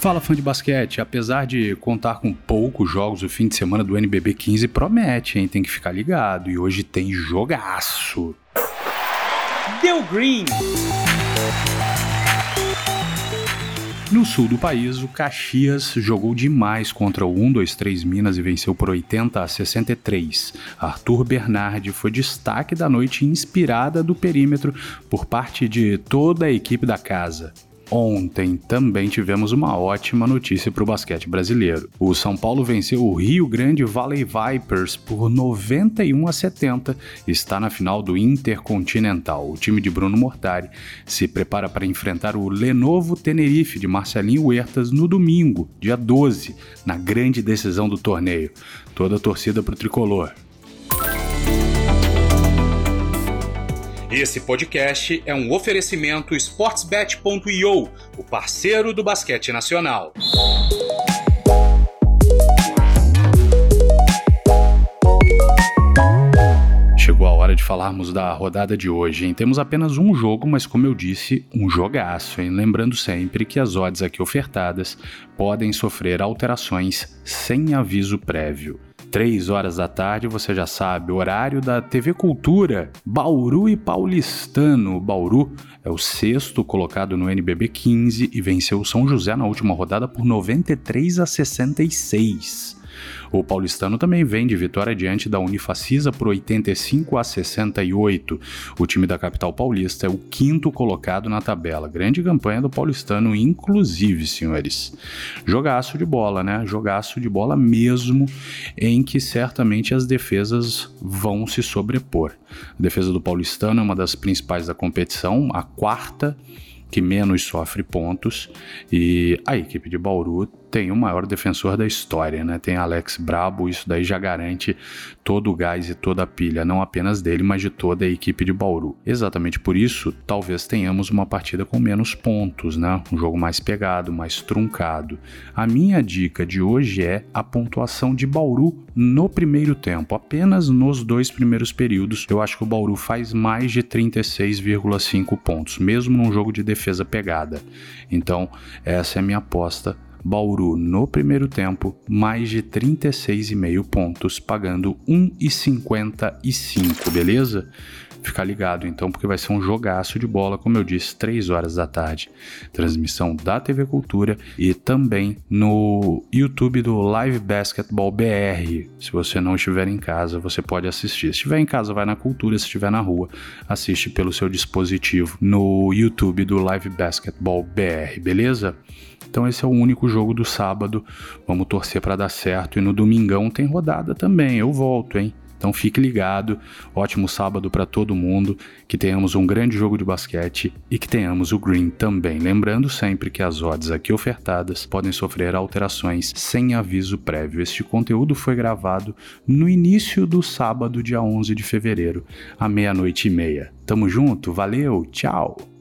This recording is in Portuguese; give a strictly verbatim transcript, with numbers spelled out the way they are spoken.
Fala, fã de basquete, apesar de contar com poucos jogos, o fim de semana do N B B quinze promete, hein? Tem que ficar ligado, e hoje tem jogaço. Deu green! No sul do país, o Caxias jogou demais contra o um dois três Minas e venceu por oitenta a sessenta e três. Arthur Bernardi foi destaque da noite inspirada do perímetro por parte de toda a equipe da casa. Ontem também tivemos uma ótima notícia para o basquete brasileiro. O São Paulo venceu o Rio Grande Valley Vipers por noventa e um a setenta e está na final do Intercontinental. O time de Bruno Mortari se prepara para enfrentar o Lenovo Tenerife de Marcelinho Huertas no domingo, dia doze, na grande decisão do torneio. Toda a torcida para o tricolor. Esse podcast é um oferecimento Sportsbet ponto io, o parceiro do basquete nacional. Chegou a hora de falarmos da rodada de hoje, hein? Temos apenas um jogo, mas como eu disse, um jogaço, hein? Lembrando sempre que as odds aqui ofertadas podem sofrer alterações sem aviso prévio. Três horas da tarde, você já sabe, horário da T V Cultura, Bauru e Paulistano. Bauru é o sexto colocado no N B B quinze e venceu o São José na última rodada por noventa e três a sessenta e seis. O Paulistano também vem de vitória diante da Unifacisa por oitenta e cinco a sessenta e oito. O time da capital paulista é o quinto colocado na tabela. Grande campanha do Paulistano, inclusive, senhores. Jogaço de bola, né? Jogaço de bola mesmo, em que certamente as defesas vão se sobrepor. A defesa do Paulistano é uma das principais da competição, a quarta que menos sofre pontos, e a equipe de Bauru tem o maior defensor da história, né? Tem Alex Brabo, isso daí já garante todo o gás e toda a pilha, não apenas dele, mas de toda a equipe de Bauru. Exatamente por isso, talvez tenhamos uma partida com menos pontos, né? Um jogo mais pegado, mais truncado. A minha dica de hoje é a pontuação de Bauru no primeiro tempo, apenas nos dois primeiros períodos. Eu acho que o Bauru faz mais de trinta e seis vírgula cinco pontos, mesmo num jogo de defesa pegada. Então, essa é a minha aposta. Bauru no primeiro tempo, mais de trinta e seis vírgula cinco pontos, pagando um vírgula cinquenta e cinco, beleza? Ficar ligado então, porque vai ser um jogaço de bola, como eu disse, três horas da tarde. Transmissão da T V Cultura e também no YouTube do Live Basketball B R. Se você não estiver em casa, você pode assistir. Se estiver em casa, vai na Cultura. Se estiver na rua, assiste pelo seu dispositivo no YouTube do Live Basketball B R, beleza? Então esse é o único jogo do sábado, vamos torcer para dar certo, e no domingão tem rodada também, eu volto, hein? Então fique ligado, ótimo sábado para todo mundo, que tenhamos um grande jogo de basquete e que tenhamos o green também. Lembrando sempre que as odds aqui ofertadas podem sofrer alterações sem aviso prévio. Este conteúdo foi gravado no início do sábado, dia onze de fevereiro, à meia-noite e meia. Tamo junto, valeu, tchau!